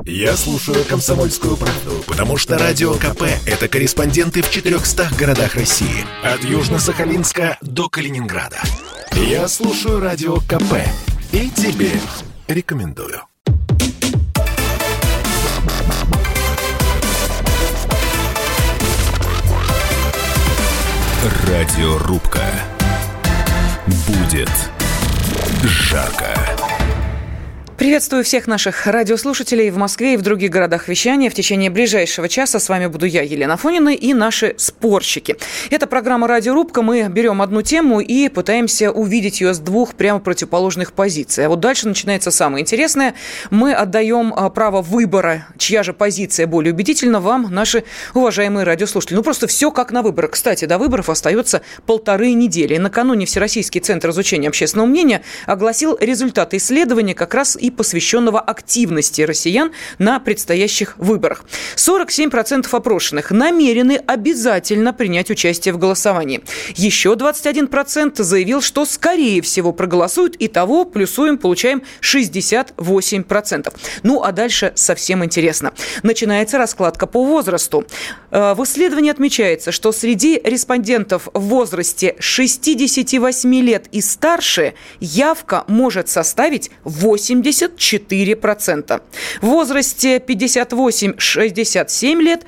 Я слушаю «Комсомольскую правду», потому что Радио КП – это корреспонденты в 400 городах России. От Южно-Сахалинска до Калининграда. Я слушаю Радио КП и тебе рекомендую. Радиорубка. Будет жарко. Приветствую всех наших радиослушателей в Москве и в других городах вещания. В течение ближайшего часа с вами буду я, Елена Афонина, и наши спорщики. Это программа «Радиорубка». Мы берем одну тему и пытаемся увидеть ее с двух прямо противоположных позиций. А вот дальше начинается самое интересное. Мы отдаем право выбора, чья же позиция более убедительна, вам, наши уважаемые радиослушатели. Ну, просто все как на выборах. Кстати, до выборов остается 1,5 недели. И накануне Всероссийский центр изучения общественного мнения огласил результаты исследования как раз и посвященного активности россиян на предстоящих выборах. 47% опрошенных намерены обязательно принять участие в голосовании. Еще 21% заявил, что скорее всего проголосуют. Итого плюсуем, получаем 68%. Ну, а дальше совсем интересно. Начинается раскладка по возрасту. В исследовании отмечается, что среди респондентов в возрасте 68 лет и старше явка может составить 84%. В возрасте 58-67 лет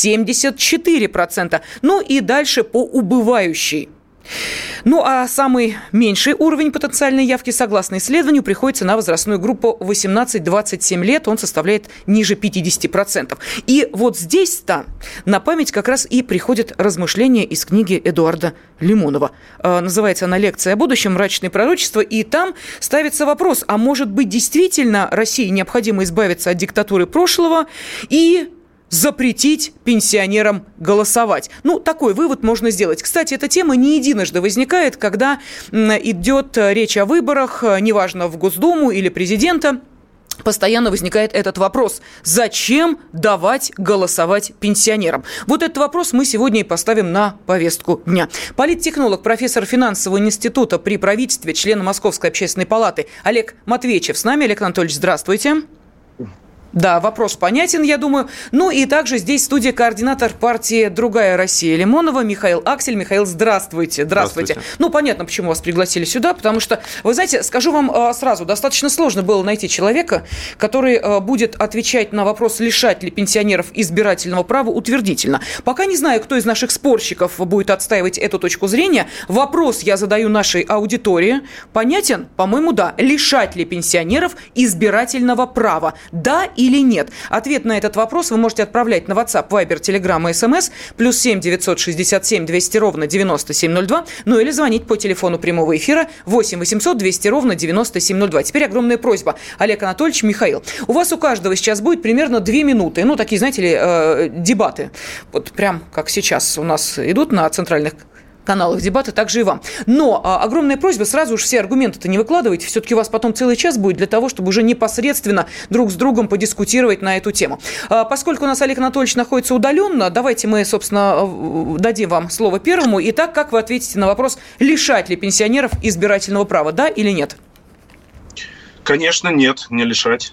74%. Ну и дальше по убывающей. Ну, а самый меньший уровень потенциальной явки, согласно исследованию, приходится на возрастную группу 18-27 лет. Он составляет ниже 50%. И вот здесь-то на память как раз и приходит размышление из книги Эдуарда Лимонова. Называется она «Лекция о будущем. Мрачные пророчества». И там ставится вопрос, а может быть, действительно России необходимо избавиться от диктатуры прошлого и запретить пенсионерам голосовать. Ну, такой вывод можно сделать. Кстати, эта тема не единожды возникает, когда идет речь о выборах, неважно, в Госдуму или президента. Постоянно возникает этот вопрос. Зачем давать голосовать пенсионерам? Вот этот вопрос мы сегодня и поставим на повестку дня. Политтехнолог, профессор финансового института при правительстве, член Московской общественной палаты Олег Матвеичев с нами. Олег Анатольевич, здравствуйте. Да, вопрос понятен, я думаю. Ну и также здесь в студии координатор партии «Другая Россия» Лимонова Михаил Аксель. Михаил, здравствуйте. Здравствуйте. Ну, понятно, почему вас пригласили сюда, потому что, вы знаете, скажу вам сразу, достаточно сложно было найти человека, который будет отвечать на вопрос, лишать ли пенсионеров избирательного права утвердительно. Пока не знаю, кто из наших спорщиков будет отстаивать эту точку зрения. Вопрос я задаю нашей аудитории. Понятен? По-моему, да. Лишать ли пенсионеров избирательного права? Да или нет? Ответ на этот вопрос вы можете отправлять на WhatsApp, Viber, Telegram и SMS +7 967 200 ровно 9702, ну или звонить по телефону прямого эфира 8 800 200 ровно 9702. Теперь огромная просьба. Олег Анатольевич, Михаил, у вас у каждого сейчас будет примерно 2 минуты, ну такие, знаете ли, дебаты. Вот прям как сейчас у нас идут на центральных каналах дебаты, также и вам. Но огромная просьба, сразу уж все аргументы-то не выкладывайте, все-таки у вас потом целый час будет для того, чтобы уже непосредственно друг с другом подискутировать на эту тему. Поскольку у нас Олег Анатольевич находится удаленно, давайте мы, собственно, дадим вам слово первому. Итак, как вы ответите на вопрос, лишать ли пенсионеров избирательного права, да или нет? Конечно, нет, не лишать.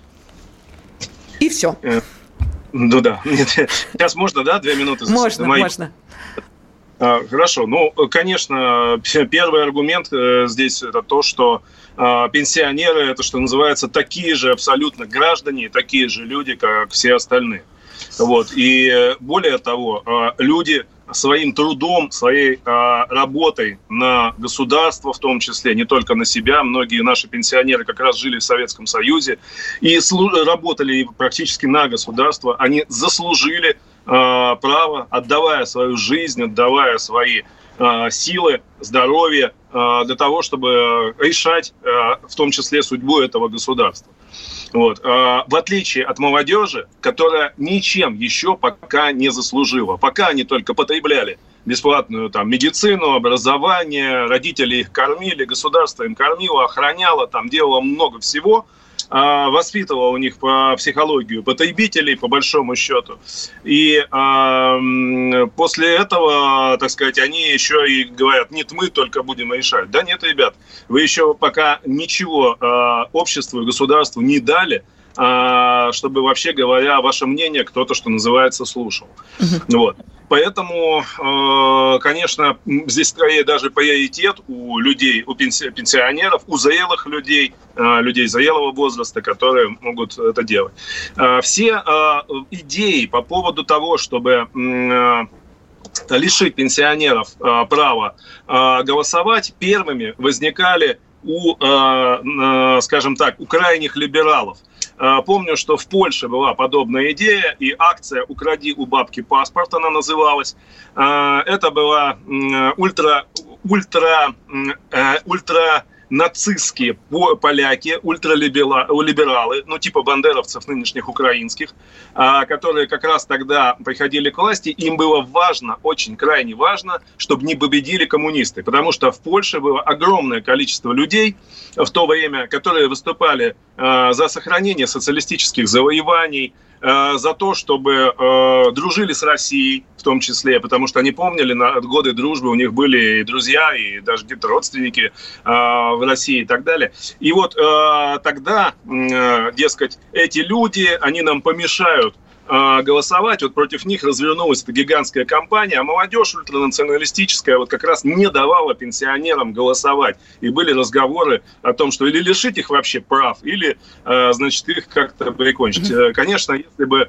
И все. Ну да. Сейчас можно, да, 2 минуты? Можно. Хорошо. Ну, конечно, первый аргумент здесь это то, что пенсионеры, это, что называется, такие же абсолютно граждане, такие же люди, как все остальные. Вот. И более того, люди своим трудом, своей работой на государство, в том числе, не только на себя, многие наши пенсионеры как раз жили в Советском Союзе и работали практически на государство, они заслужили право, отдавая свою жизнь, отдавая свои силы, здоровье для того, чтобы решать в том числе судьбу этого государства. Вот. В отличие от молодежи, которая ничем еще пока не заслужила. Пока они только потребляли бесплатную там, медицину, образование, родители их кормили, государство им кормило, охраняло, там, делало много всего. Воспитывала у них по психологию потребителей, по большому счету. И после этого, так сказать, они еще и говорят, нет, мы только будем решать. Да нет, ребят, вы еще пока ничего обществу и государству не дали, чтобы, вообще говоря, ваше мнение кто-то, что называется, слушал. Вот. Поэтому, конечно, здесь скорее даже приоритет у людей, у пенсионеров, у зрелых людей, людей зрелого возраста, которые могут это делать. Все идеи по поводу того, чтобы лишить пенсионеров права голосовать, первыми возникали у, скажем так, у крайних либералов. Помню, что в Польше была подобная идея, и акция «Укради у бабки паспорт» она называлась. Это была ультранацистские поляки, ультралибералы, ну типа бандеровцев нынешних украинских, которые как раз тогда приходили к власти. Им было важно, очень крайне важно, чтобы не победили коммунисты, потому что в Польше было огромное количество людей в то время, которые выступали за сохранение социалистических завоеваний, за то, чтобы дружили с Россией в том числе, потому что они помнили годы дружбы, у них были и друзья, и даже где-то родственники в России и так далее. И вот тогда, дескать, эти люди, они нам помешают голосовать, вот против них развернулась эта гигантская кампания, а молодежь ультранационалистическая вот как раз не давала пенсионерам голосовать. И были разговоры о том, что или лишить их вообще прав, или, значит, их как-то прикончить. Конечно, если бы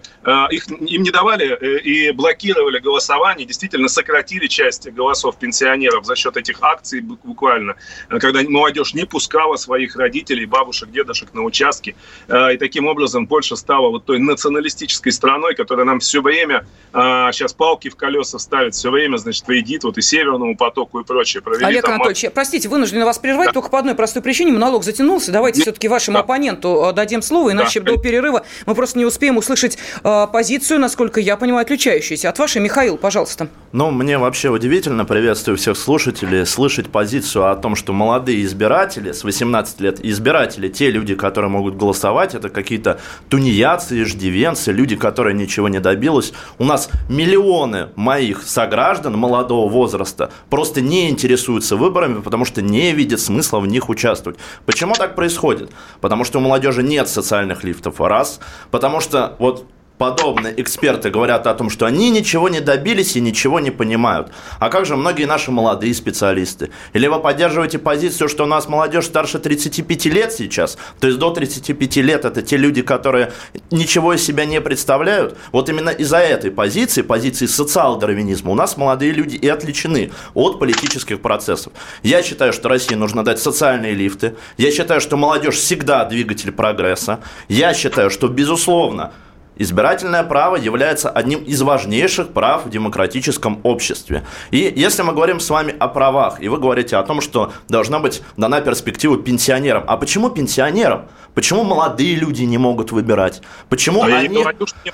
им не давали и блокировали голосование, действительно сократили часть голосов пенсионеров за счет этих акций буквально, когда молодежь не пускала своих родителей, бабушек, дедушек на участки. И таким образом Польша стала вот той националистической страной, которая нам все время сейчас палки в колеса ставит, все время, значит, вредит вот и Северному потоку и прочее. Олег Анатольевич, простите, вынуждены вас прервать, только по одной простой причине. Монолог затянулся. Давайте все-таки вашему оппоненту дадим слово, иначе до перерыва мы просто не успеем услышать позицию, насколько я понимаю, отличающуюся от вашей. Михаил, пожалуйста. Ну, мне вообще удивительно, приветствую всех слушателей, слышать позицию о том, что молодые избиратели, с 18 лет избиратели, те люди, которые могут голосовать, это какие-то тунеядцы, иждивенцы, люди, которые ничего не добились. У нас миллионы моих сограждан молодого возраста просто не интересуются выборами, потому что не видят смысла в них участвовать. Почему так происходит? Потому что у молодежи нет социальных лифтов, раз. Потому что вот подобные эксперты говорят о том, что они ничего не добились и ничего не понимают. А как же многие наши молодые специалисты? Или вы поддерживаете позицию, что у нас молодежь старше 35 лет сейчас? То есть до 35 лет это те люди, которые ничего из себя не представляют? Вот именно из-за этой позиции социал-дарвинизма, у нас молодые люди и отличены от политических процессов. Я считаю, что России нужно дать социальные лифты. Я считаю, что молодежь всегда двигатель прогресса. Я считаю, что, безусловно, избирательное право является одним из важнейших прав в демократическом обществе. И если мы говорим с вами о правах, и вы говорите о том, что должна быть дана перспектива пенсионерам. А почему пенсионерам? Почему молодые люди не могут выбирать? Почему они...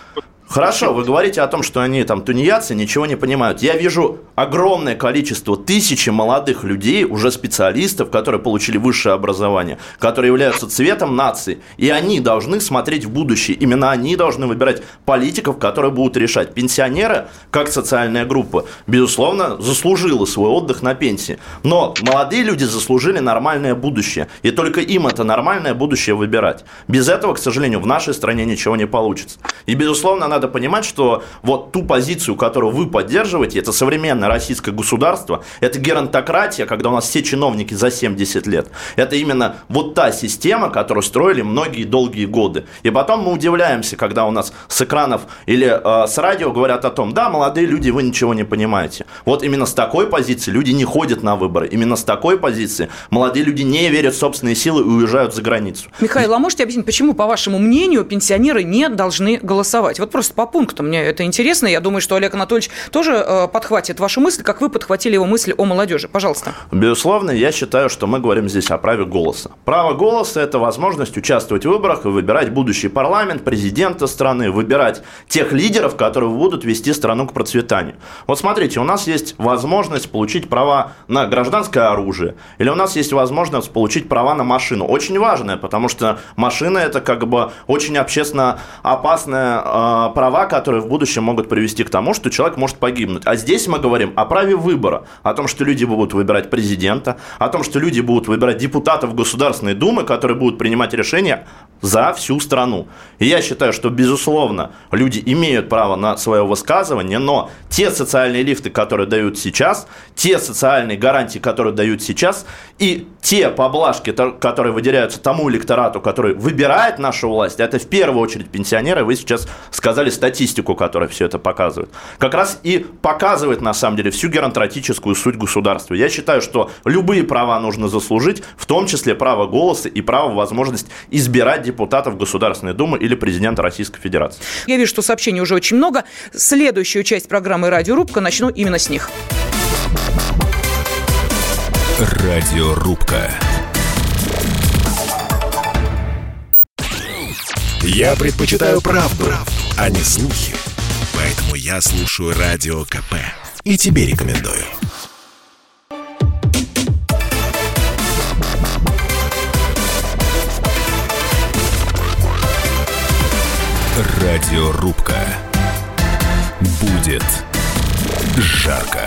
Хорошо, вы говорите о том, что они там тунеядцы, ничего не понимают. Я вижу огромное количество, тысячи молодых людей, уже специалистов, которые получили высшее образование, которые являются цветом нации, и они должны смотреть в будущее. Именно они должны выбирать политиков, которые будут решать. Пенсионеры, как социальная группа, безусловно, заслужила свой отдых на пенсии. Но молодые люди заслужили нормальное будущее, и только им это нормальное будущее выбирать. Без этого, к сожалению, в нашей стране ничего не получится. И, безусловно, надо понимать, что вот ту позицию, которую вы поддерживаете, это современное российское государство, это геронтократия, когда у нас все чиновники за 70 лет. Это именно вот та система, которую строили многие долгие годы. И потом мы удивляемся, когда у нас с экранов или с радио говорят о том, да, молодые люди, вы ничего не понимаете. Вот именно с такой позиции люди не ходят на выборы. Именно с такой позиции молодые люди не верят в собственные силы и уезжают за границу. Михаил, а можете объяснить, почему, по вашему мнению, пенсионеры не должны голосовать? Вот просто по пунктам мне это интересно. Я думаю, что Олег Анатольевич тоже подхватит вашу мысль, как вы подхватили его мысль о молодежи. Пожалуйста. Безусловно, я считаю, что мы говорим здесь о праве голоса. Право голоса – это возможность участвовать в выборах и выбирать будущий парламент, президента страны, выбирать тех лидеров, которые будут вести страну к процветанию. Вот смотрите, у нас есть возможность получить права на гражданское оружие, или у нас есть возможность получить права на машину. Очень важное, потому что машина – это как бы очень общественно опасная права, которые в будущем могут привести к тому, что человек может погибнуть. А здесь мы говорим о праве выбора, о том, что люди будут выбирать президента, о том, что люди будут выбирать депутатов Государственной Думы, которые будут принимать решения за всю страну. И я считаю, что, безусловно, люди имеют право на свое высказывание, но те социальные лифты, которые дают сейчас, те социальные гарантии, которые дают сейчас, и те поблажки, которые выделяются тому электорату, который выбирает нашу власть, это в первую очередь пенсионеры. Вы сейчас сказали статистику, которая все это показывает. Как раз и показывает, на самом деле, всю геронтократическую суть государства. Я считаю, что любые права нужно заслужить, в том числе право голоса и право, возможность избирать депутатов Государственной Думы или президента Российской Федерации. Я вижу, что сообщений уже очень много. Следующую часть программы «Радиорубка» начну именно с них. Радиорубка. Я предпочитаю правду, а не слухи. Поэтому я слушаю Радио КП. И тебе рекомендую. Радиорубка. Будет жарко.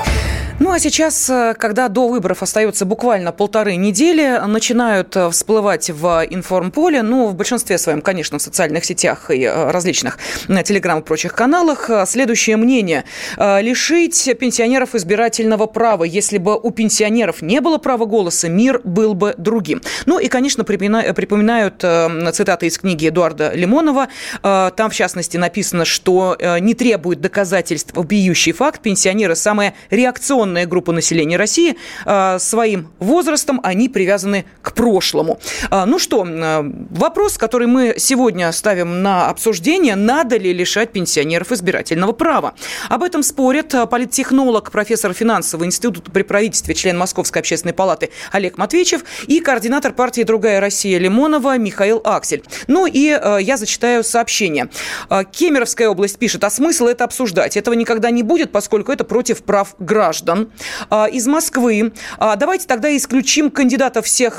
Ну а сейчас, когда до выборов остается буквально 1,5 недели, начинают всплывать в информполе, в большинстве своем, конечно, в социальных сетях и различных телеграм и прочих каналах, следующее мнение. Лишить пенсионеров избирательного права. Если бы у пенсионеров не было права голоса, мир был бы другим. Ну и, конечно, припоминают цитаты из книги Эдуарда Лимонова. Там, в частности, написано, что не требует доказательств вопиющий факт. Пенсионеры – самая реакционная группа населения России, своим возрастом они привязаны к прошлому. Ну что, вопрос, который мы сегодня ставим на обсуждение: надо ли лишать пенсионеров избирательного права? Об этом спорят политтехнолог, профессор финансового института при правительстве, член Московской общественной палаты Олег Матвейчев и координатор партии «Другая Россия» Лимонова Михаил Аксель. Ну и я зачитаю сообщение. Кемеровская область пишет: а смысл это обсуждать? Этого никогда не будет, поскольку это против прав граждан. Из Москвы: давайте тогда исключим кандидатов всех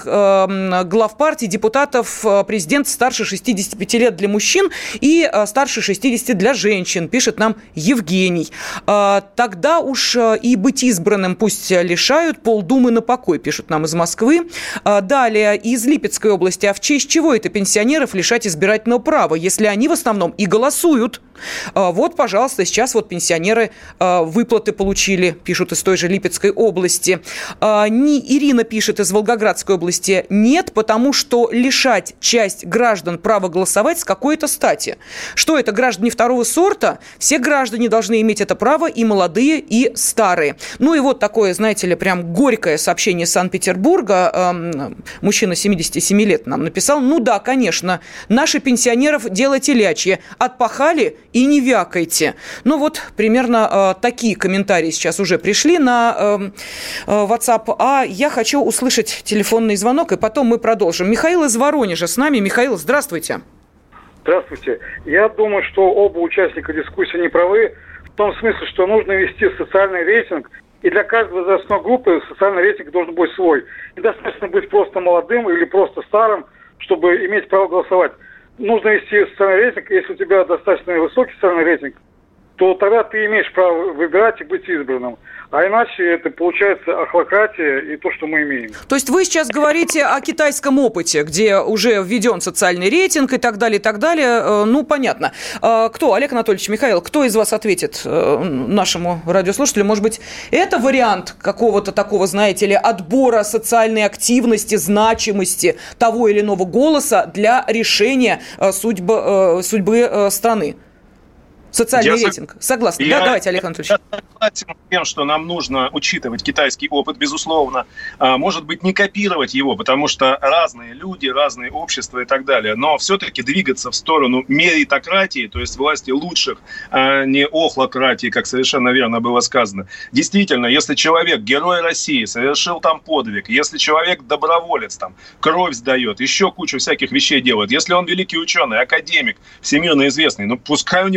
глав партий, депутатов, президента старше 65 лет для мужчин и старше 60 для женщин, пишет нам Евгений. Тогда уж и быть избранным пусть лишают, полдумы на покой, пишут нам из Москвы. Далее из Липецкой области: а в честь чего это пенсионеров лишать избирательного права, если они в основном и голосуют? Вот, пожалуйста, сейчас вот пенсионеры выплаты получили, пишут из той же Липецкой области. Ирина пишет из Волгоградской области: нет, потому что лишать часть граждан права голосовать с какой-то стати. Что это, граждане второго сорта? Все граждане должны иметь это право, и молодые, и старые. Ну и вот такое, знаете ли, прям горькое сообщение из Санкт-Петербурга. Мужчина 77 лет нам написал: ну да, конечно, наши пенсионеров дело телячье. Отпахали и не вякайте. Ну вот примерно такие комментарии сейчас уже пришли на WhatsApp. А я хочу услышать телефонный звонок, и потом мы продолжим. Михаил из Воронежа с нами. Михаил, здравствуйте. Здравствуйте. Я думаю, что оба участника дискуссии не правы, в том смысле, что нужно вести социальный рейтинг, и для каждой возрастной группы социальный рейтинг должен быть свой. Недостаточно быть просто молодым или просто старым, чтобы иметь право голосовать. Нужно вести социальный рейтинг. Если у тебя достаточно высокий социальный рейтинг, то тогда ты имеешь право выбирать и быть избранным. А иначе это получается охлократия и то, что мы имеем. То есть вы сейчас говорите о китайском опыте, где уже введен социальный рейтинг и так далее, и так далее. Ну, понятно. Кто? Олег Анатольевич, Михаил, кто из вас ответит нашему радиослушателю? Может быть, это вариант какого-то такого, знаете ли, отбора социальной активности, значимости того или иного голоса для решения судьбы страны? Социальный рейтинг. Согласны? Да, давайте, Олег Анатольевич. Я согласен с тем, что нам нужно учитывать китайский опыт, безусловно. Может быть, не копировать его, потому что разные люди, разные общества и так далее. Но все-таки двигаться в сторону меритократии, то есть власти лучших, а не охлократии, как совершенно верно было сказано. Действительно, если человек герой России, совершил там подвиг, если человек доброволец, там, кровь сдает, еще кучу всяких вещей делает, если он великий ученый, академик, всемирно известный, ну пускай у него будет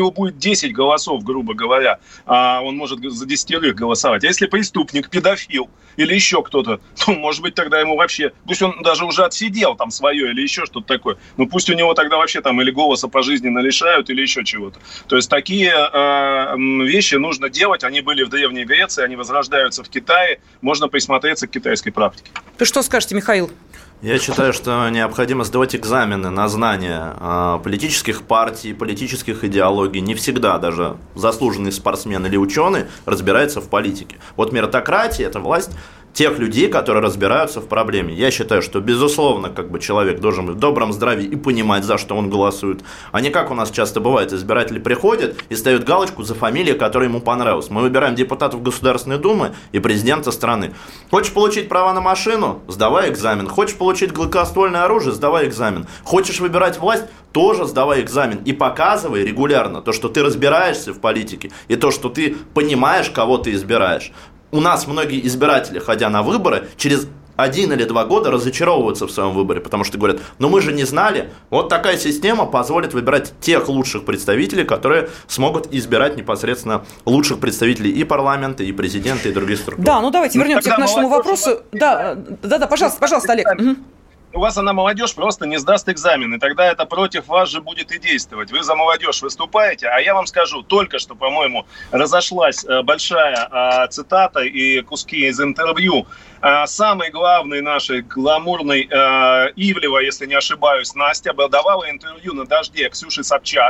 10 голосов, грубо говоря, он может за 10 голосовать. А если преступник, педофил или еще кто-то, то, может быть, тогда ему вообще... Пусть он даже уже отсидел там свое или еще что-то такое, но пусть у него тогда вообще там или голоса пожизненно лишают, или еще чего-то. То есть такие вещи нужно делать. Они были в Древней Греции, они возрождаются в Китае. Можно присмотреться к китайской практике. Вы что скажете, Михаил? Я считаю, что необходимо сдавать экзамены на знания политических партий, политических идеологий. Не всегда даже заслуженный спортсмен или ученый разбирается в политике. Вот меритократия – это власть тех людей, которые разбираются в проблеме. Я считаю, что, безусловно, человек должен быть в добром здравии и понимать, за что он голосует. А не как у нас часто бывает, избиратели приходят и ставят галочку за фамилию, которая ему понравилась. Мы выбираем депутатов Государственной Думы и президента страны. Хочешь получить права на машину? Сдавай экзамен. Хочешь получить гладкоствольное оружие? Сдавай экзамен. Хочешь выбирать власть? Тоже сдавай экзамен. И показывай регулярно то, что ты разбираешься в политике, и то, что ты понимаешь, кого ты избираешь. У нас многие избиратели, ходя на выборы, через 1 или 2 года разочаровываются в своем выборе, потому что говорят, мы же не знали. Вот такая система позволит выбирать тех лучших представителей, которые смогут избирать непосредственно лучших представителей и парламента, и президента, и других структур. Да, давайте вернемся к нашему вопросу. Да, пожалуйста, Олег. У вас молодежь просто не сдаст экзамен, и тогда это против вас же будет и действовать. Вы за молодежь выступаете, а я вам скажу, только что, по-моему, разошлась большая цитата и куски из интервью самой главной нашей гламурной Ивлева, если не ошибаюсь, Настя, давала интервью на «Дожде» Ксюше Собчак.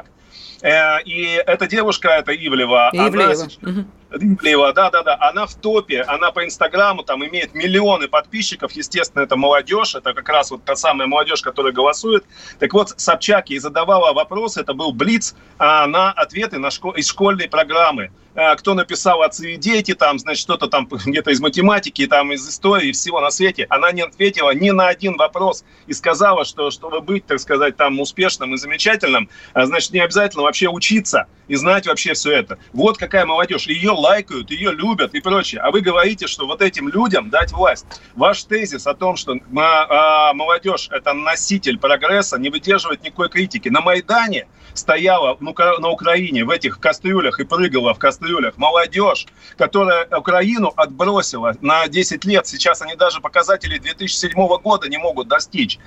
И эта девушка, эта Ивлева. Ивлева, да. Она в топе, она по Инстаграму там имеет миллионы подписчиков. Естественно, это молодежь, это как раз вот та самая молодежь, которая голосует. Так вот, Собчак ей задавала вопросы, это был блиц на ответы из школьной программы. Кто написал «Отцы и дети», там, значит, что-то там где-то из математики, там, из истории, всего на свете. Она не ответила ни на один вопрос и сказала, что чтобы быть, так сказать, там успешным и замечательным, значит, не обязательно вообще учиться и знать вообще все это. Вот какая молодежь. Ее лайкают, ее любят и прочее. А вы говорите, что вот этим людям дать власть. Ваш тезис о том, что молодежь – это носитель прогресса, не выдерживает никакой критики. На Майдане стояла на Украине в этих кастрюлях и прыгала в кастрюлях молодежь, которая Украину отбросила на 10 лет. Сейчас они даже показателей 2007 года не могут достичь.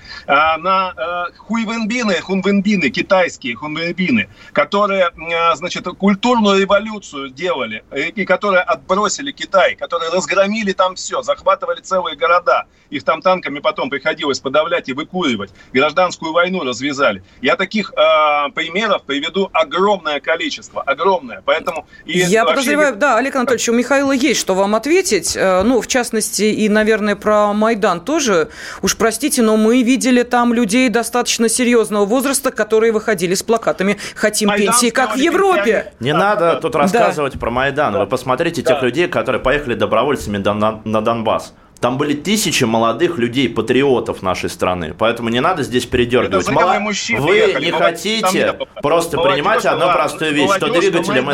На хунвенбины, китайские хунвенбины, которые, значит, культурную революцию делали и которые отбросили Китай, которые разгромили там все, захватывали целые города. Их там танками потом приходилось подавлять и выкуривать. Гражданскую войну развязали. Я таких примеров приведу огромное количество. Огромное. Поэтому... Я подозреваю, да, Олег Анатольевич, у Михаила есть что вам ответить. В частности, и, наверное, про Майдан тоже. Уж простите, но мы видели там людей достаточно серьезного возраста, которые выходили с плакатами «Хотим пенсии, как в Европе». Не надо тут рассказывать про Майдан. Вы посмотрите тех людей, которые поехали добровольцами на Донбасс. Там были тысячи молодых людей, патриотов нашей страны. Поэтому не надо здесь передергивать. Вы не хотите просто принимать одну простую вещь, что двигателем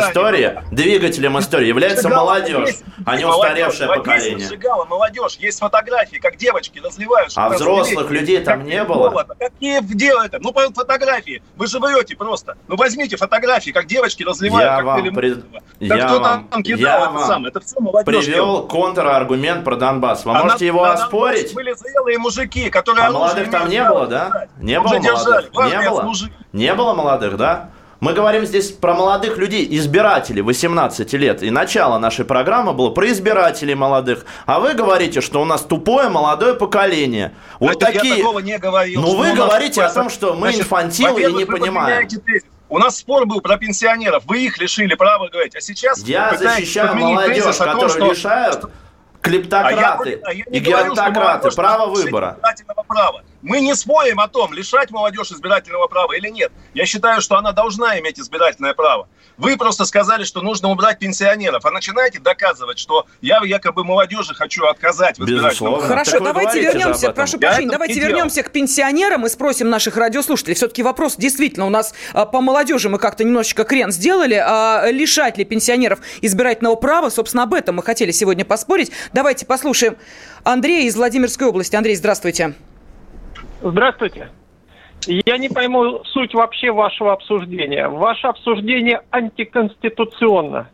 истории является молодежь, а не устаревшее поколение. Молодежь, есть фотографии, как девочки разливают. А взрослых людей там не было? Какие делают это? фотографии. Вы же врете просто. Возьмите фотографии, как девочки разливают. Я вам привел контраргумент про Донбасс. Вы можете его оспорить? Были зрелые мужики, которые... А молодых там не было, да? Не было молодых? Не было молодых, да? Мы говорим здесь про молодых людей, избирателей 18 лет. И начало нашей программы было про избирателей молодых. А вы говорите, что у нас тупое молодое поколение. Вот такие... Я такого не говорил. Вы говорите о том, что мы инфантилы и не понимаем. У нас спор был про пенсионеров. Вы их лишили права говорить. А сейчас... Я защищаю молодежь, которую лишают... Клептократы и геронтократы, право выбора. Мы не спорим о том, лишать молодежь избирательного права или нет. Я считаю, что она должна иметь избирательное право. Вы просто сказали, что нужно убрать пенсионеров, а начинаете доказывать, что я якобы молодежи хочу отказать в избирательном праве. Хорошо, давайте вернемся, прошу прощения, давайте вернемся к пенсионерам и спросим наших радиослушателей. Все-таки вопрос действительно у нас по молодежи мы как-то немножечко крен сделали. А лишать ли пенсионеров избирательного права? Собственно, об этом мы хотели сегодня поспорить. Давайте послушаем Андрея из Владимирской области. Андрей, здравствуйте. Здравствуйте. Я не пойму суть вообще вашего обсуждения. Ваше обсуждение антиконституционно.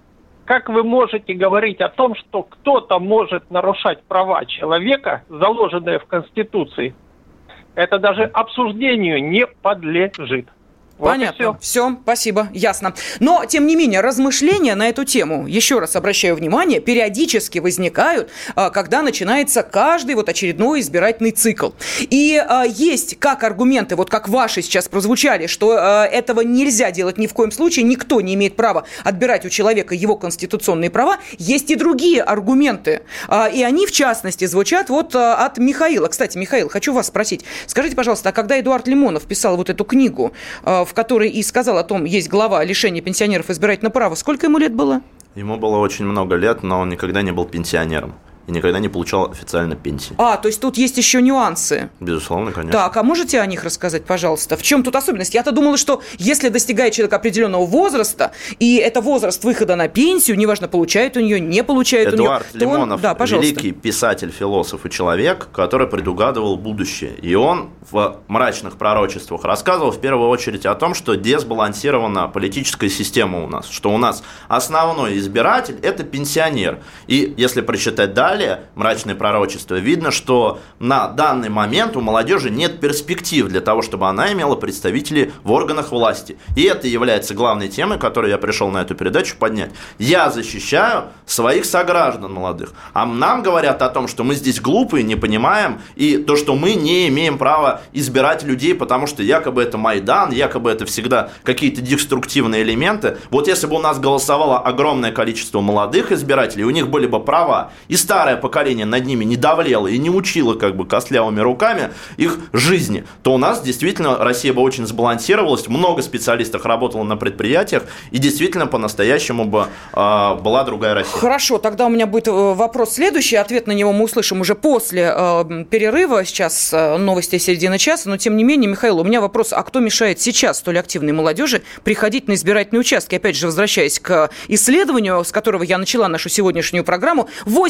Как вы можете говорить о том, что кто-то может нарушать права человека, заложенные в Конституции? Это даже обсуждению не подлежит. Понятно. Все, спасибо, ясно. Но, тем не менее, размышления на эту тему, еще раз обращаю внимание, периодически возникают, когда начинается каждый очередной избирательный цикл. И есть как аргументы, как ваши сейчас прозвучали, что этого нельзя делать ни в коем случае, никто не имеет права отбирать у человека его конституционные права. Есть и другие аргументы. И они, в частности, звучат от Михаила. Кстати, Михаил, хочу вас спросить. Скажите, пожалуйста, а когда Эдуард Лимонов писал эту книгу, в которой и сказал о том, есть глава о лишении пенсионеров избирательного права, сколько ему лет было? Ему было очень много лет, но он никогда не был пенсионером и никогда не получал официально пенсии. То есть тут есть еще нюансы? Безусловно, конечно. Так, а можете о них рассказать, пожалуйста? В чем тут особенность? Я-то думала, что если достигает человек определенного возраста, и это возраст выхода на пенсию, неважно, получает у нее, не получает Эдуард у нее... Лимонов, великий писатель, философ и человек, который предугадывал будущее. И он в «Мрачных пророчествах» рассказывал в первую очередь о том, что десбалансирована политическая система у нас, что у нас основной избиратель – это пенсионер. И если прочитать далее «Мрачные пророчества», видно, что на данный момент у молодежи нет перспектив для того, чтобы она имела представителей в органах власти. И это является главной темой, которую я пришел на эту передачу поднять. Я защищаю своих сограждан молодых. А нам говорят о том, что мы здесь глупые, не понимаем, и то, что мы не имеем права избирать людей, потому что якобы это Майдан, якобы это всегда какие-то деструктивные элементы. Если бы у нас голосовало огромное количество молодых избирателей, у них были бы права, и старое поколение над ними не давлело и не учило костлявыми руками их жизни, то у нас действительно Россия бы очень сбалансировалась, много специалистов работало на предприятиях, и действительно по-настоящему бы была другая Россия. Хорошо, тогда у меня будет вопрос следующий, ответ на него мы услышим уже после перерыва, сейчас новости середины часа, но тем не менее, Михаил, у меня вопрос, а кто мешает сейчас столь активной молодежи приходить на избирательные участки? Опять же, возвращаясь к исследованию, с которого я начала нашу сегодняшнюю программу,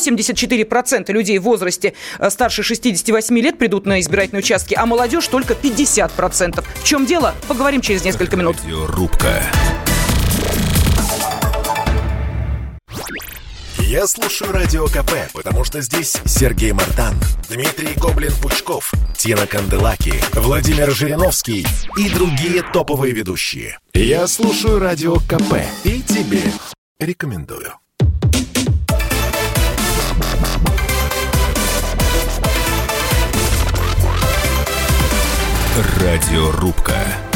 84% людей в возрасте старше 68 лет придут на избирательные участки, а молодежь только 50%. В чем дело? Поговорим через несколько минут. Радиорубка. Я слушаю Радио КП, потому что здесь Сергей Мартан, Дмитрий Гоблин-Пучков, Тина Канделаки, Владимир Жириновский и другие топовые ведущие. Я слушаю Радио КП и тебе рекомендую. Радиорубка.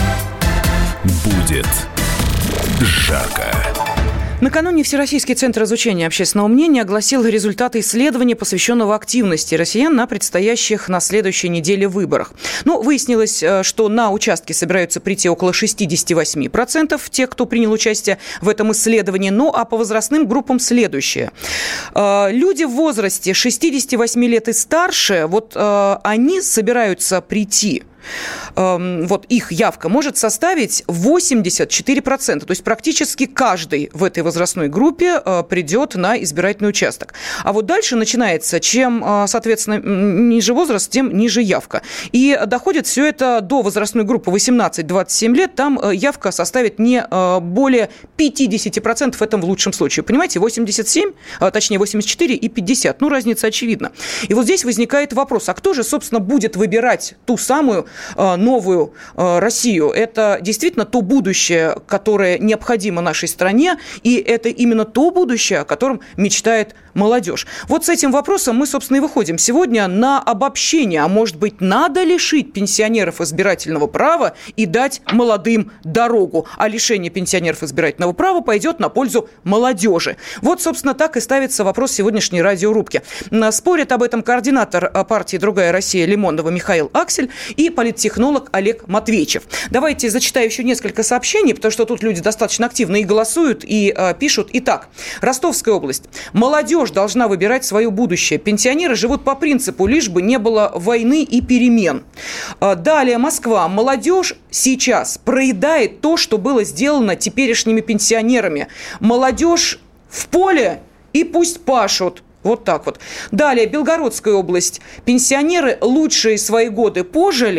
Будет жарко. Накануне Всероссийский центр изучения общественного мнения огласил результаты исследования, посвященного активности россиян на предстоящих на следующей неделе выборах. Выяснилось, что на участки собираются прийти около 68% тех, кто принял участие в этом исследовании. А по возрастным группам следующее. Люди в возрасте 68 лет и старше, они собираются прийти. Их явка может составить 84%. То есть практически каждый в этой возрастной группе придет на избирательный участок. А дальше начинается, чем, соответственно, ниже возраст, тем ниже явка. И доходит все это до возрастной группы 18-27 лет. Там явка составит не более 50%, это в лучшем случае. Понимаете, 87, точнее 84 и 50. Разница очевидна. И здесь возникает вопрос, а кто же, собственно, будет выбирать ту самую новую Россию? Это действительно то будущее, которое необходимо нашей стране, и это именно то будущее, о котором мечтает молодежь. С этим вопросом мы, собственно, и выходим сегодня на обобщение. А может быть, надо лишить пенсионеров избирательного права и дать молодым дорогу? А лишение пенсионеров избирательного права пойдет на пользу молодежи. Собственно, так и ставится вопрос сегодняшней радиорубки. Спорят об этом координатор партии «Другая Россия» Лимонова Михаил Аксель и политтехнолог Олег Матвейчев. Давайте зачитаю еще несколько сообщений, потому что тут люди достаточно активно и голосуют, и пишут. Итак, Ростовская область. Молодежь должна выбирать свое будущее. Пенсионеры живут по принципу, лишь бы не было войны и перемен. Далее, Москва. Молодежь сейчас проедает то, что было сделано теперешними пенсионерами. Молодежь в поле и пусть пашут. Так. Далее, Белгородская область. Пенсионеры лучшие свои годы пожили,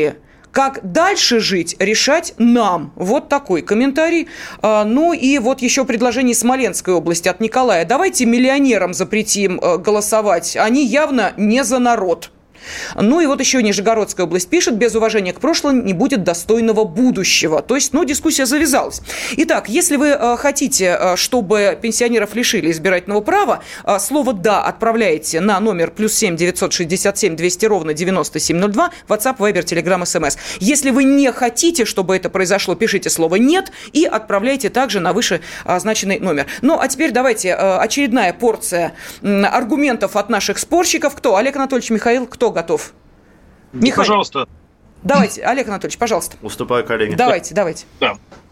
Как дальше жить, решать нам. Вот такой комментарий. Ну и вот еще предложение Смоленской области от Николая. Давайте миллионерам запретим голосовать. Они явно не за народ. Ну и вот еще Нижегородская область пишет: без уважения к прошлому не будет достойного будущего. То есть, дискуссия завязалась. Итак, если вы хотите, чтобы пенсионеров лишили избирательного права, слово «да» отправляете на номер +7 967 200 ровно 9702, WhatsApp, Viber, Telegram, SMS. Если вы не хотите, чтобы это произошло, пишите слово «нет» и отправляйте также на вышеозначенный номер. Ну, а теперь давайте очередная порция аргументов от наших спорщиков. Кто? Олег Анатольевич, Михаил, кто готов? Михаил. Пожалуйста. Давайте, Олег Анатольевич, пожалуйста. Уступаю коллеге. Давайте. Да.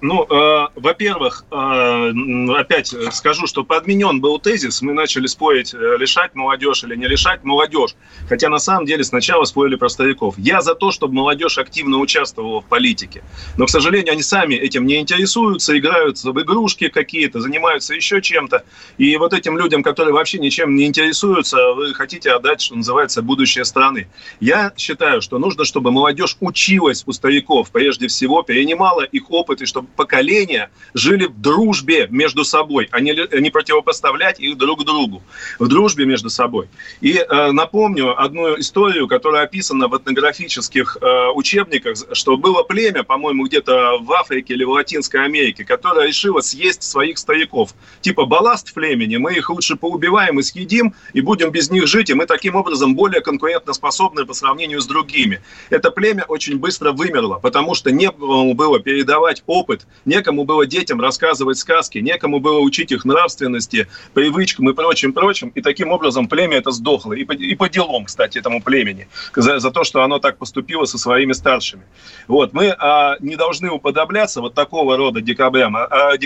Во-первых, опять скажу, что подменен был тезис. Мы начали спорить, лишать молодежь или не лишать молодежь. Хотя на самом деле сначала спорили про стариков. Я за то, чтобы молодежь активно участвовала в политике. Но, к сожалению, они сами этим не интересуются, играют в игрушки какие-то, занимаются еще чем-то. И вот этим людям, которые вообще ничем не интересуются, вы хотите отдать, что называется, будущее страны. Я считаю, что нужно, чтобы молодежь училась у стариков, прежде всего, перенимала их опыт, и чтобы поколения жили в дружбе между собой, а не противопоставлять их друг другу, в дружбе между собой. И напомню одну историю, которая описана в этнографических учебниках, что было племя, по-моему, где-то в Африке или в Латинской Америке, которое решило съесть своих стариков. Типа балласт в племени, мы их лучше поубиваем и съедим, и будем без них жить, и мы таким образом более конкурентоспособны по сравнению с другими. Это племя очень быстро вымерло, потому что некому было передавать опыт, некому было детям рассказывать сказки, некому было учить их нравственности, привычкам и прочим. И таким образом племя это сдохло. И по делам, кстати, этому племени. За то, что оно так поступило со своими старшими. Вот. Мы не должны уподобляться вот такого рода дикарям,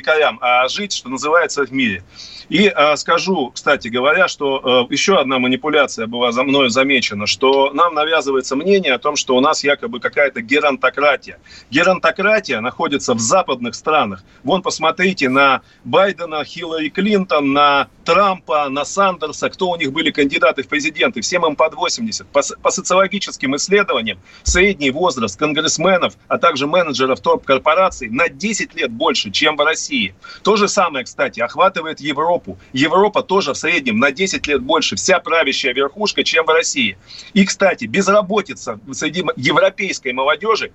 а жить, что называется, в мире. И скажу, кстати говоря, что еще одна манипуляция была за мною замечена, что нам навязывается мнение о том, что у нас якобы какая-то геронтократия. Геронтократия находится в западных странах. Вон, посмотрите на Байдена, Хиллари Клинтон, на Трампа, на Сандерса, кто у них были кандидаты в президенты. Всем им под 80. По социологическим исследованиям средний возраст конгрессменов, а также менеджеров топ-корпораций на 10 лет больше, чем в России. То же самое, кстати, охватывает Европу. Европа тоже в среднем на 10 лет больше, вся правящая верхушка, чем в России. И, кстати, безработица среди европейской молодежи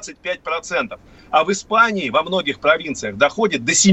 25%. А в Испании во многих провинциях доходит до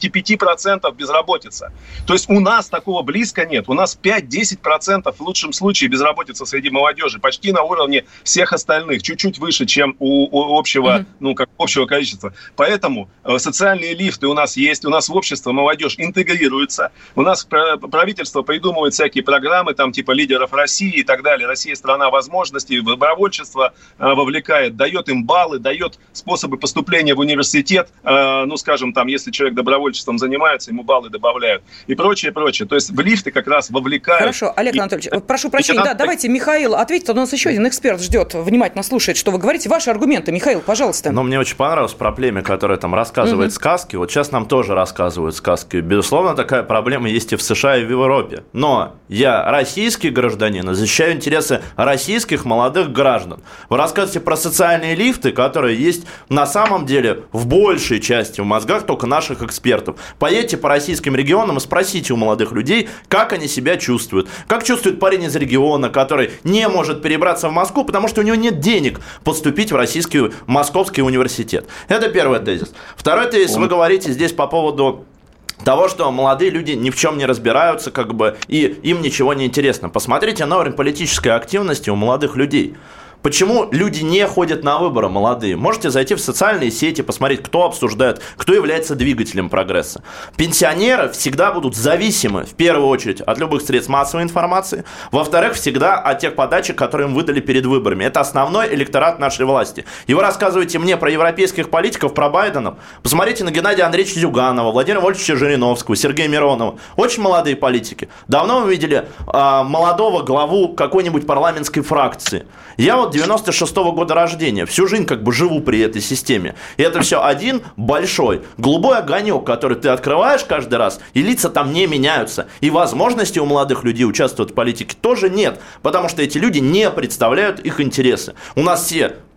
75% безработица. То есть у нас такого близко нет. У нас 5-10% в лучшем случае безработица среди молодежи. Почти на уровне всех остальных. Чуть-чуть выше, чем у общего, общего количества. Поэтому социальные лифты у нас есть. У нас в общество молодежь интегрируется. У нас правительство придумывает всякие программы, там типа лидеров России и так далее. Россия страна возможностей, добровольчество вовлекает, дает им баллы, дает способы поступления в университет, скажем, там, если человек добровольчеством занимается, ему баллы добавляют и прочее. То есть в лифты как раз вовлекают. Хорошо, Олег Анатольевич, прошу прощения, давайте Михаил ответит, у нас еще один эксперт ждет, внимательно слушает, что вы говорите. Ваши аргументы, Михаил, пожалуйста. Мне очень понравилось про племя, которое там рассказывает сказки. Вот сейчас нам тоже рассказывают сказки. Безусловно, такая проблема есть и в США, и в Европе. Но я российский гражданин и защищаю интересы российских молодых граждан. Вы рассказываете про социальные лифты, которые есть на самом деле в большей части в мозгах только наших экспертов. Поедьте по российским регионам и спросите у молодых людей, как они себя чувствуют. Как чувствует парень из региона, который не может перебраться в Москву, потому что у него нет денег поступить в российский Московский университет. Это первый тезис. Второй тезис, вы говорите здесь по поводу того, что молодые люди ни в чем не разбираются, и им ничего не интересно. Посмотрите на уровень политической активности у молодых людей. Почему люди не ходят на выборы, молодые? Можете зайти в социальные сети, посмотреть, кто обсуждает, кто является двигателем прогресса. Пенсионеры всегда будут зависимы, в первую очередь, от любых средств массовой информации. Во-вторых, всегда от тех подачек, которые им выдали перед выборами. Это основной электорат нашей власти. И вы рассказываете мне про европейских политиков, про Байдена. Посмотрите на Геннадия Андреевича Зюганова, Владимира Вольфовича Жириновского, Сергея Миронова. Очень молодые политики. Давно вы видели молодого главу какой-нибудь парламентской фракции? Я 96-го года рождения, всю жизнь живу при этой системе. И это все один большой голубой огонек, который ты открываешь каждый раз, и лица там не меняются. И возможности у молодых людей участвовать в политике тоже нет, потому что эти люди не представляют их интересы. У нас все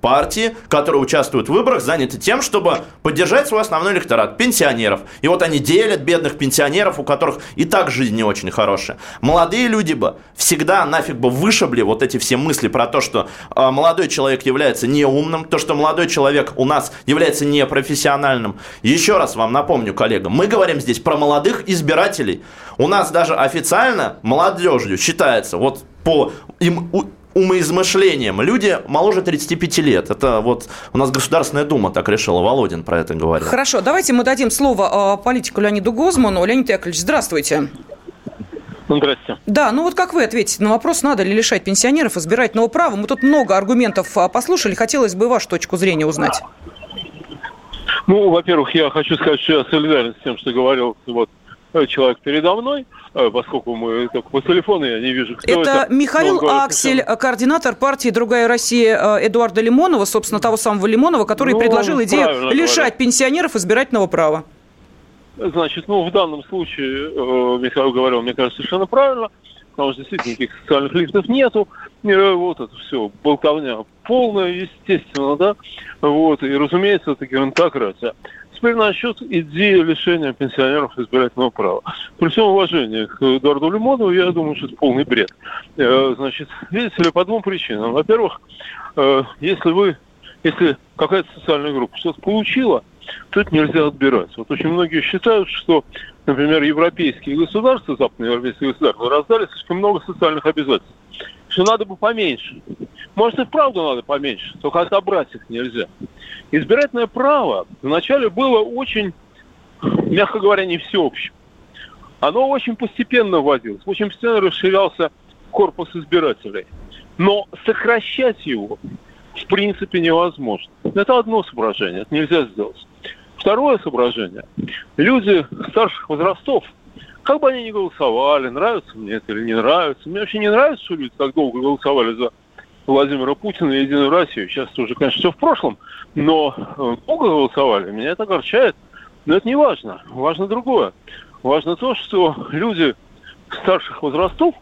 партии, которые участвуют в выборах, заняты тем, чтобы поддержать свой основной электорат – пенсионеров. И вот они делят бедных пенсионеров, у которых и так жизнь не очень хорошая. Молодые люди бы всегда нафиг бы вышибли вот эти все мысли про то, что молодой человек является неумным, то, что молодой человек у нас является непрофессиональным. Еще раз вам напомню, коллега, мы говорим здесь про молодых избирателей. У нас даже официально молодежью считается, вот по умоизмышлениям, люди моложе 35 лет. Это вот у нас Государственная Дума так решила. Володин про это говорил. Хорошо, давайте мы дадим слово политику Леониду Гозману. Леонид Яковлевич, здравствуйте. Здравствуйте. Да, ну вот как вы ответите на вопрос, надо ли лишать пенсионеров избирательного права? Мы тут много аргументов послушали, хотелось бы вашу точку зрения узнать. Ну, во-первых, я хочу сказать, что я солидарен с тем, что говорил вот человек передо мной, поскольку мы только по телефону, я не вижу, кто это. Это Михаил Аксель, координатор партии «Другая Россия» Эдуарда Лимонова, собственно, того самого Лимонова, который предложил идею лишать пенсионеров избирательного права. Значит, в данном случае Михаил говорил, мне кажется, совершенно правильно, потому что действительно никаких социальных лифтов нету, вот это все, болтовня полная, естественно, да, вот, и, разумеется, это геронтократия. Теперь насчет идеи лишения пенсионеров избирательного права. При всем уважении к Эдуарду Лимонову, я думаю, что это полный бред. Значит, видите ли, по двум причинам. Во-первых, если какая-то социальная группа что-то получила, то это нельзя отбирать. Вот очень многие считают, что, например, европейские государства, западноевропейские государства, раздали слишком много социальных обязательств. Что надо бы поменьше. Может, и вправду надо поменьше, только отобрать их нельзя. Избирательное право вначале было очень, мягко говоря, не всеобщим. Оно очень постепенно вводилось, очень постепенно расширялся корпус избирателей. Но сокращать его в принципе невозможно. Это одно соображение, это нельзя сделать. Второе соображение. Люди старших возрастов, как бы они ни голосовали, нравится мне это или не нравится. Мне вообще не нравится, что люди так долго голосовали за Владимира Путина и Единую Россию. Сейчас уже, конечно, все в прошлом, но долго голосовали. Меня это огорчает. Но это не важно. Важно другое. Важно то, что люди старших возрастов,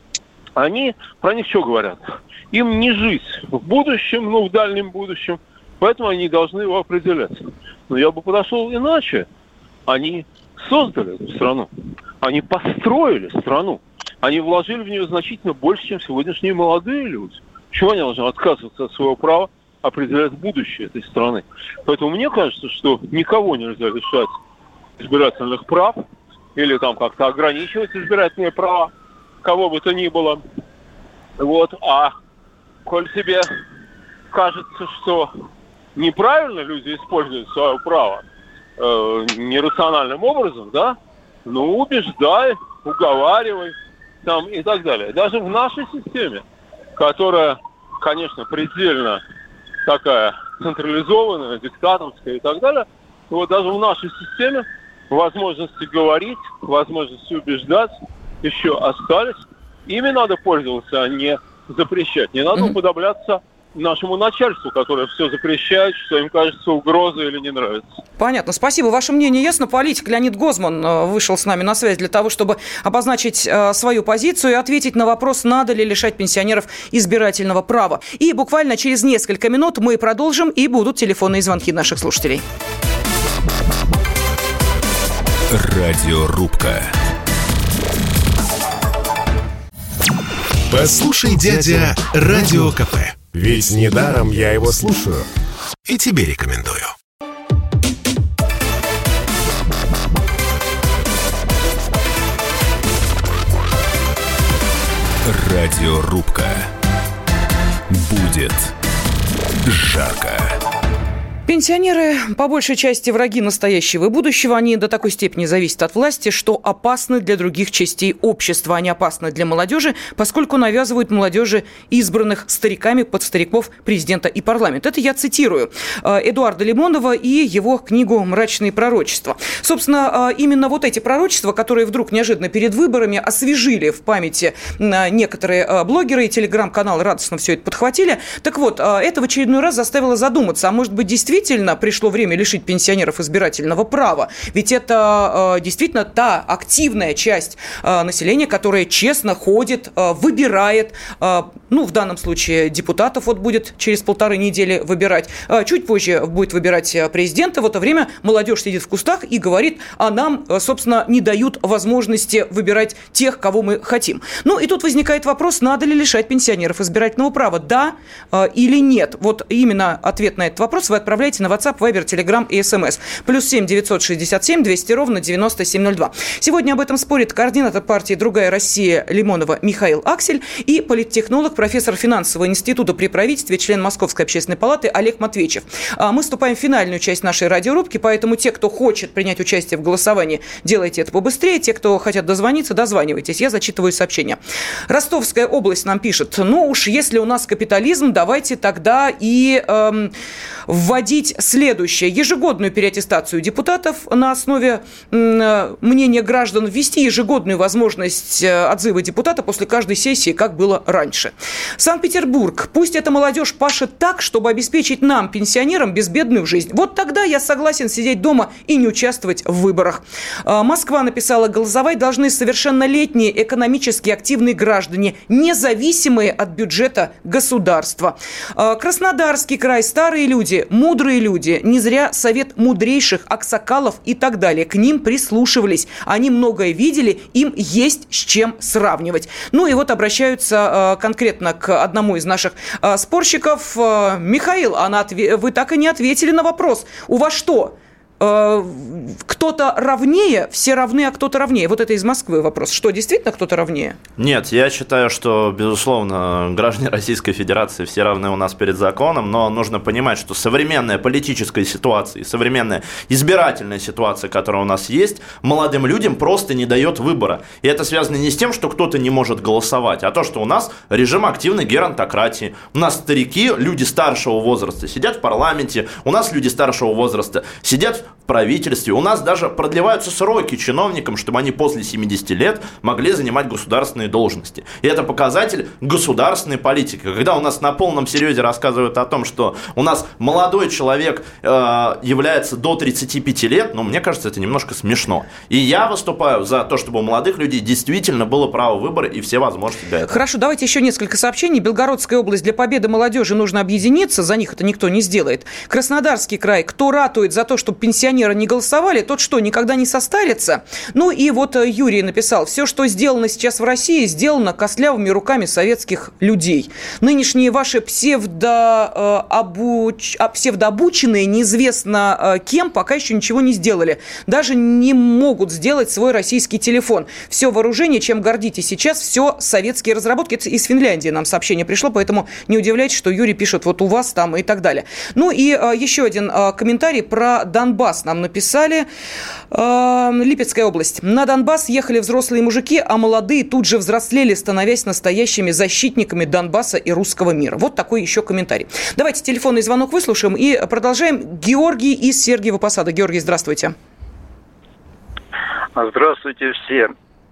они про них что говорят? Им не жить в будущем, в дальнем будущем, поэтому они должны его определять. Но я бы подошел иначе. Они создали эту страну. Они построили страну. Они вложили в нее значительно больше, чем сегодняшние молодые люди. Почему они должны отказываться от своего права определять будущее этой страны? Поэтому мне кажется, что никого нельзя лишать избирательных прав или там как-то ограничивать избирательные права, кого бы то ни было. Вот, коль тебе кажется, что неправильно люди используют свое право нерациональным образом, да, убеждай, уговаривай там и так далее. Даже в нашей системе, которая, конечно, предельно такая централизованная, диктаторская и так далее, вот даже в нашей системе возможности говорить, возможности убеждать еще остались. Ими надо пользоваться, а не запрещать. Не надо уподобляться нашему начальству, которое все запрещает, что им кажется угрозой или не нравится. Понятно. Спасибо. Ваше мнение ясно. Политик Леонид Гозман вышел с нами на связь для того, чтобы обозначить свою позицию и ответить на вопрос, надо ли лишать пенсионеров избирательного права. И буквально через несколько минут мы продолжим, и будут телефонные звонки наших слушателей. Радиорубка. Послушай, дядя, Радио КП. Ведь недаром я его слушаю и тебе рекомендую. Радиорубка. Будет жарко. Пенсионеры, по большей части, враги настоящего и будущего. Они до такой степени зависят от власти, что опасны для других частей общества. Они опасны для молодежи, поскольку навязывают молодежи избранных стариками под стариков президента и парламента. Это я цитирую Эдуарда Лимонова и его книгу «Мрачные пророчества». Собственно, именно вот эти пророчества, которые вдруг неожиданно перед выборами освежили в памяти некоторые блогеры и телеграм-каналы радостно все это подхватили. Так вот, это в очередной раз заставило задуматься, а может быть, действительно действительно пришло время лишить пенсионеров избирательного права. Ведь это действительно та активная часть населения, которая честно ходит, выбирает, в данном случае депутатов вот будет через 1,5 недели выбирать. Чуть позже будет выбирать президента. В это время молодежь сидит в кустах и говорит, а нам, собственно, не дают возможности выбирать тех, кого мы хотим. И тут возникает вопрос, надо ли лишать пенсионеров избирательного права, да или нет. Вот именно ответ на этот вопрос вы отправляете на WhatsApp, Viber, Telegram и SMS. +7 967 200 ровно 9702. Сегодня об этом спорит координатор партии «Другая Россия» Лимонова Михаил Аксель и политтехнолог, профессор финансового института при правительстве, член Московской общественной палаты Олег Матвеичев. Мы вступаем в финальную часть нашей радиорубки, поэтому те, кто хочет принять участие в голосовании, делайте это побыстрее. Те, кто хотят дозвониться, дозванивайтесь. Я зачитываю сообщение. Ростовская область нам пишет, если у нас капитализм, давайте тогда и вводить следующее. Ежегодную переаттестацию депутатов на основе мнения граждан, ввести ежегодную возможность отзыва депутата после каждой сессии, как было раньше. Санкт-Петербург. Пусть эта молодежь пашет так, чтобы обеспечить нам, пенсионерам, безбедную жизнь. Вот тогда я согласен сидеть дома и не участвовать в выборах. Москва написала, голосовать должны совершеннолетние экономически активные граждане, независимые от бюджета государства. Краснодарский край. Старые люди, мудрые люди. Не зря совет мудрейших, аксакалов и так далее. К ним прислушивались. Они многое видели, им есть с чем сравнивать. И вот обращаются конкретно к одному из наших спорщиков. Михаил, вы так и не ответили на вопрос. У вас что? Кто-то равнее, все равны, а кто-то равнее. Вот это из Москвы вопрос. Что, действительно кто-то равнее? Нет, я считаю, что, безусловно, граждане Российской Федерации все равны у нас перед законом, но нужно понимать, что современная политическая ситуация и современная избирательная ситуация, которая у нас есть, молодым людям просто не дает выбора. И это связано не с тем, что кто-то не может голосовать, а то, что у нас режим активной геронтократии. У нас старики, люди старшего возраста сидят в парламенте, у нас люди старшего возраста сидят в правительстве. У нас даже продлеваются сроки чиновникам, чтобы они после 70 лет могли занимать государственные должности. И это показатель государственной политики. Когда у нас на полном серьезе рассказывают о том, что у нас молодой человек является до 35 лет, мне кажется, это немножко смешно. И я выступаю за то, чтобы у молодых людей действительно было право выбора и все возможности для этого. Хорошо, давайте еще несколько сообщений. Белгородская область. Для победы молодежи нужно объединиться, за них это никто не сделает. Краснодарский край. Кто ратует за то, чтобы пенсионеры не голосовали, тот что, никогда не состарится? И вот Юрий написал, все, что сделано сейчас в России, сделано костлявыми руками советских людей. Нынешние ваши псевдообученные, неизвестно кем, пока еще ничего не сделали. Даже не могут сделать свой российский телефон. Все вооружение, чем гордитесь сейчас, все советские разработки. Это из Финляндии нам сообщение пришло, поэтому не удивляйтесь, что Юрий пишет вот у вас там и так далее. И еще один комментарий про Донбасс нам написали. Липецкая область. На Донбасс ехали взрослые мужики, а молодые тут же взрослели, становясь настоящими защитниками Донбасса и русского мира. Вот такой еще комментарий. Давайте телефонный звонок выслушаем и продолжаем. Георгий из Сергиева Посада. Георгий, здравствуйте. Здравствуйте все.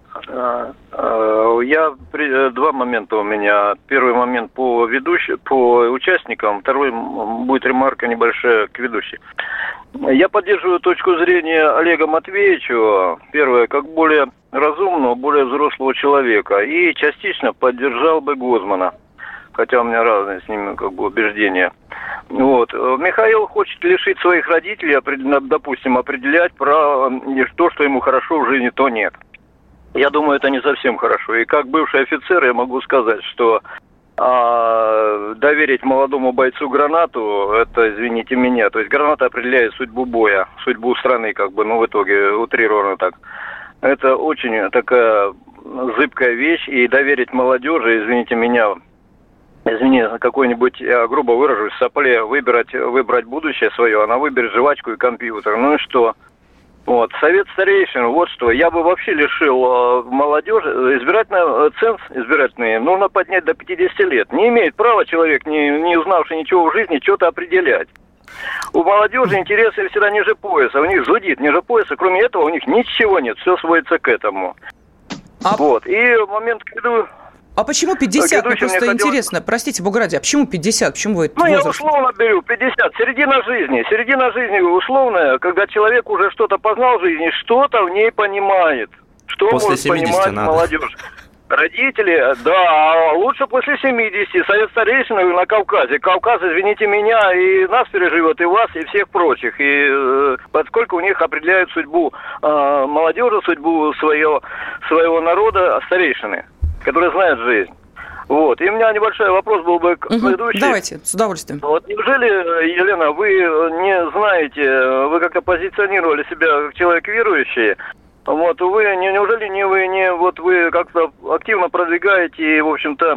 Два момента у меня. Первый момент по участникам, второй будет ремарка небольшая к ведущей. Я поддерживаю точку зрения Олега Матвеевича, первое, как более разумного, более взрослого человека, и частично поддержал бы Гозмана, хотя у меня разные с ним убеждения. Михаил хочет лишить своих родителей, допустим, определять про то, что ему хорошо в жизни, то нет. Я думаю, это не совсем хорошо. И как бывший офицер я могу сказать, что доверить молодому бойцу гранату, это, извините меня, то есть граната определяет судьбу боя, судьбу страны, в итоге, утрированно так. Это очень такая зыбкая вещь, и доверить молодежи, извините меня, какой-нибудь, я грубо выражусь, сопле выбрать будущее свое, она выберет жвачку и компьютер. Ну и что? Совет старейшин, что. Я бы вообще лишил молодежи, избирательный нужно поднять до 50 лет. Не имеет права человек, не узнавший ничего в жизни, что-то определять. У молодежи интересы всегда ниже пояса, у них зудит ниже пояса, кроме этого у них ничего нет, все сводится к этому. И момент к виду... А почему 50? Мне просто интересно. Простите, бога ради, а почему 50? Почему вы этот возраст? Я условно беру 50. Середина жизни условная, когда человек уже что-то познал в жизни, что-то в ней понимает. Что после может 70 понимать надо. Молодежь? Родители, да, лучше после 70. Совет старейшин на Кавказе. Кавказ, извините меня, и нас переживет, и вас, и всех прочих. И поскольку у них определяют судьбу молодежи, судьбу своего народа старейшины, которые знают жизнь. Вот. И у меня небольшой вопрос был бы к предыдущей. Давайте, с удовольствием. Вот неужели, Елена, вы не знаете, вы как-то позиционировали себя как человек верующий, вот вы неужели вы как-то активно продвигаете и, в общем-то,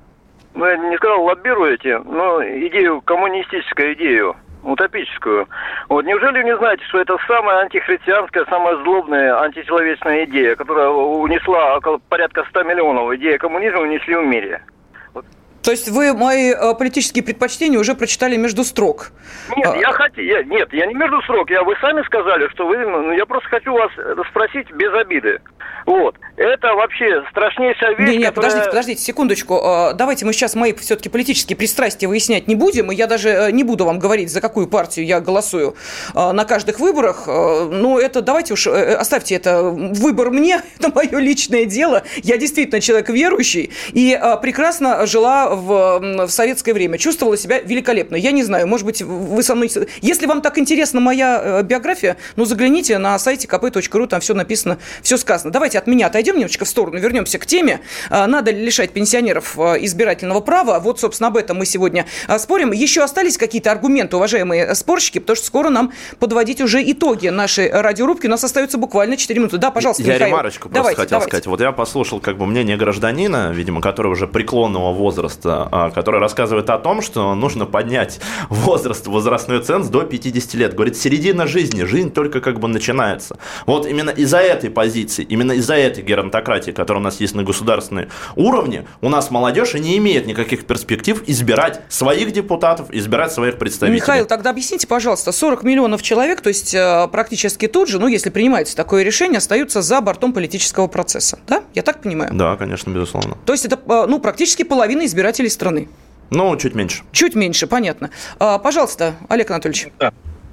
я не сказал лоббируете, но идею, коммунистическую идею, утопическую. Вот неужели вы не знаете, что это самая антихристианская, самая злобная античеловечная идея, которая унесла порядка 100 миллионов, идея коммунизма унесли в мире? То есть вы мои политические предпочтения уже прочитали между строк? Нет, я не между строк. Вы сами сказали, что я просто хочу вас спросить без обиды. Вот. Это вообще страшнейшая вещь, Нет, которая... подождите, секундочку. Давайте мы сейчас мои все-таки политические пристрастия выяснять не будем, и я даже не буду вам говорить, за какую партию я голосую на каждых выборах. Ну, это давайте уж оставьте это выбор мне, это мое личное дело. Я действительно человек верующий и прекрасно жила в советское время, чувствовала себя великолепно. Я не знаю, может быть, вы со мной... Если вам так интересна моя биография, загляните на сайте kp.ru, там все написано, все сказано. Давайте от меня отойдем немножечко в сторону, вернемся к теме. Надо ли лишать пенсионеров избирательного права? Вот, собственно, об этом мы сегодня спорим. Еще остались какие-то аргументы, уважаемые спорщики, потому что скоро нам подводить уже итоги нашей радиорубки. У нас остается буквально 4 минуты. Да, пожалуйста, Михаил. Я ремарочку просто хотел сказать. Вот я послушал мнение гражданина, видимо, который уже преклонного возраста, который рассказывает о том, что нужно поднять возрастной ценз до 50 лет. Говорит, середина жизни, жизнь только начинается. Вот именно из-за этой позиции, именно из-за этой геронтократии, которая у нас есть на государственном уровне, у нас молодежь и не имеет никаких перспектив избирать своих депутатов, избирать своих представителей. Михаил, тогда объясните, пожалуйста, 40 миллионов человек, то есть практически тут же, если принимается такое решение, остаются за бортом политического процесса. Да? Я так понимаю? Да, конечно, безусловно. То есть это практически половина избирателей страны. Чуть меньше. Чуть меньше, понятно. Пожалуйста, Олег Анатольевич. Да.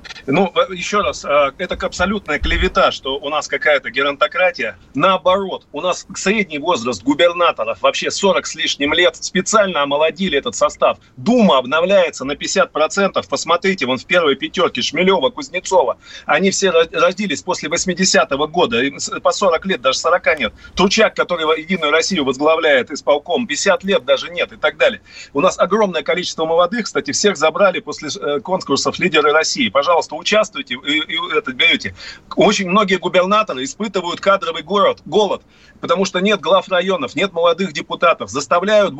Еще раз, это абсолютная клевета, что у нас какая-то геронтократия. Наоборот, у нас средний возраст губернаторов вообще 40 с лишним лет. Специально омолодили этот состав. Дума обновляется на 50%. Посмотрите, в первой пятерке Шмелева, Кузнецова. Они все родились после 80-го года. По 40 лет, даже 40 нет. Тручак, который Единую Россию возглавляет исполком, 50 лет даже нет и так далее. У нас огромное количество молодых. Кстати, всех забрали после конкурсов «Лидеры России». Пожалуйста, участвуйте и берете. Очень многие губернаторы испытывают кадровый голод, потому что нет глав районов, нет молодых депутатов. Заставляют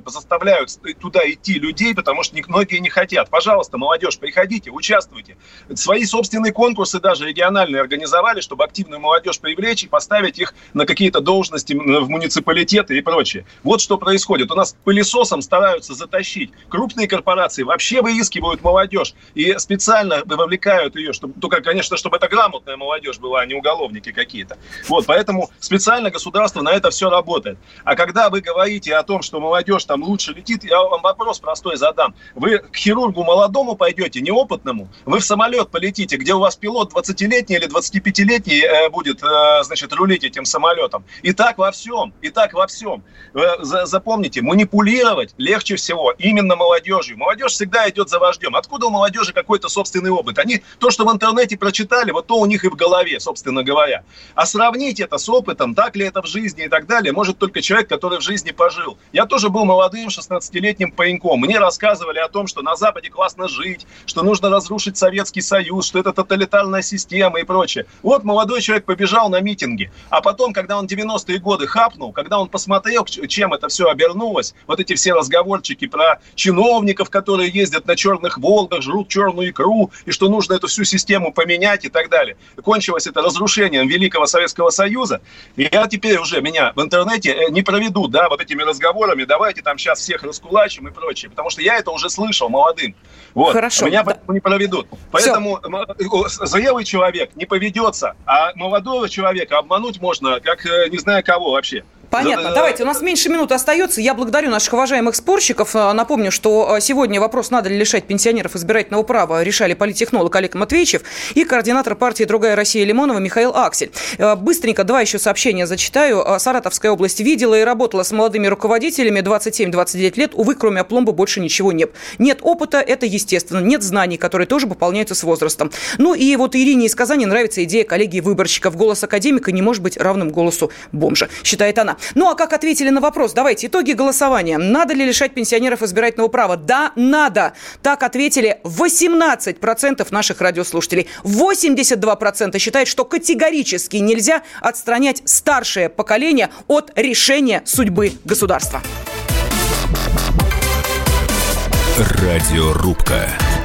туда идти людей, потому что многие не хотят. Пожалуйста, молодежь, приходите, участвуйте. Свои собственные конкурсы даже региональные организовали, чтобы активную молодежь привлечь и поставить их на какие-то должности в муниципалитеты и прочее. Вот что происходит. У нас пылесосом стараются затащить. Крупные корпорации вообще выискивают молодежь и специально вовлекают ее, чтобы это грамотная молодежь была, а не уголовники какие-то. Поэтому специально государство на это все работает. А когда вы говорите о том, что молодежь там лучше летит, я вам вопрос простой задам. Вы к хирургу молодому пойдете, неопытному? Вы в самолет полетите, где у вас пилот 20-летний или 25-летний будет, рулить этим самолетом. И так во всем. Запомните, манипулировать легче всего именно молодежью. Молодежь всегда идет за вождем. Откуда у молодежи какой-то собственный опыт? Они то, что в интернете прочитали, то у них и в голове, собственно говоря. А сравнить это с опытом, так ли это в жизни и так далее, может только человек, который в жизни пожил. Я тоже был молодым 16-летним пареньком. Мне рассказывали о том, что на Западе классно жить, что нужно разрушить Советский Союз, что это тоталитарная система и прочее. Молодой человек побежал на митинги. А потом, когда он 90-е годы хапнул, когда он посмотрел, чем это все обернулось, эти все разговорчики про чиновников, которые ездят на черных «Волгах», жрут черную икру, и что нужно эту всю систему поменять и так далее. Кончилось это разрушением Великого Советского Союза. И теперь меня в интернете не проведут, этими разговорами, давайте там сейчас всех раскулачим и прочее. Потому что я это уже слышал молодым. Хорошо. Меня не проведут. Поэтому зрелый человек не поведется, а молодого человека обмануть можно, как не знаю кого вообще. Понятно. Давайте, у нас меньше минуты остается. Я благодарю наших уважаемых спорщиков. Напомню, что сегодня вопрос, надо ли лишать пенсионеров избирательного права, решали политтехнолог Олег Матвеичев и координатор партии «Другая Россия» Лимонова Михаил Аксель. Быстренько два еще сообщения зачитаю. Саратовская область видела и работала с молодыми руководителями 27-29 лет. Увы, кроме опломба больше ничего нет. Нет опыта, это естественно. Нет знаний, которые тоже пополняются с возрастом. Ну и вот Ирине из Казани нравится идея коллегии-выборщиков. Голос академика не может быть равным голосу бомжа, считает она. Ну а как ответили на вопрос? Давайте итоги голосования. Надо ли лишать пенсионеров избирательного права? Да, надо. Так ответили 18% наших радиослушателей. 82% считают, что категорически нельзя отстранять старшее поколение от решения судьбы государства. Радиорубка.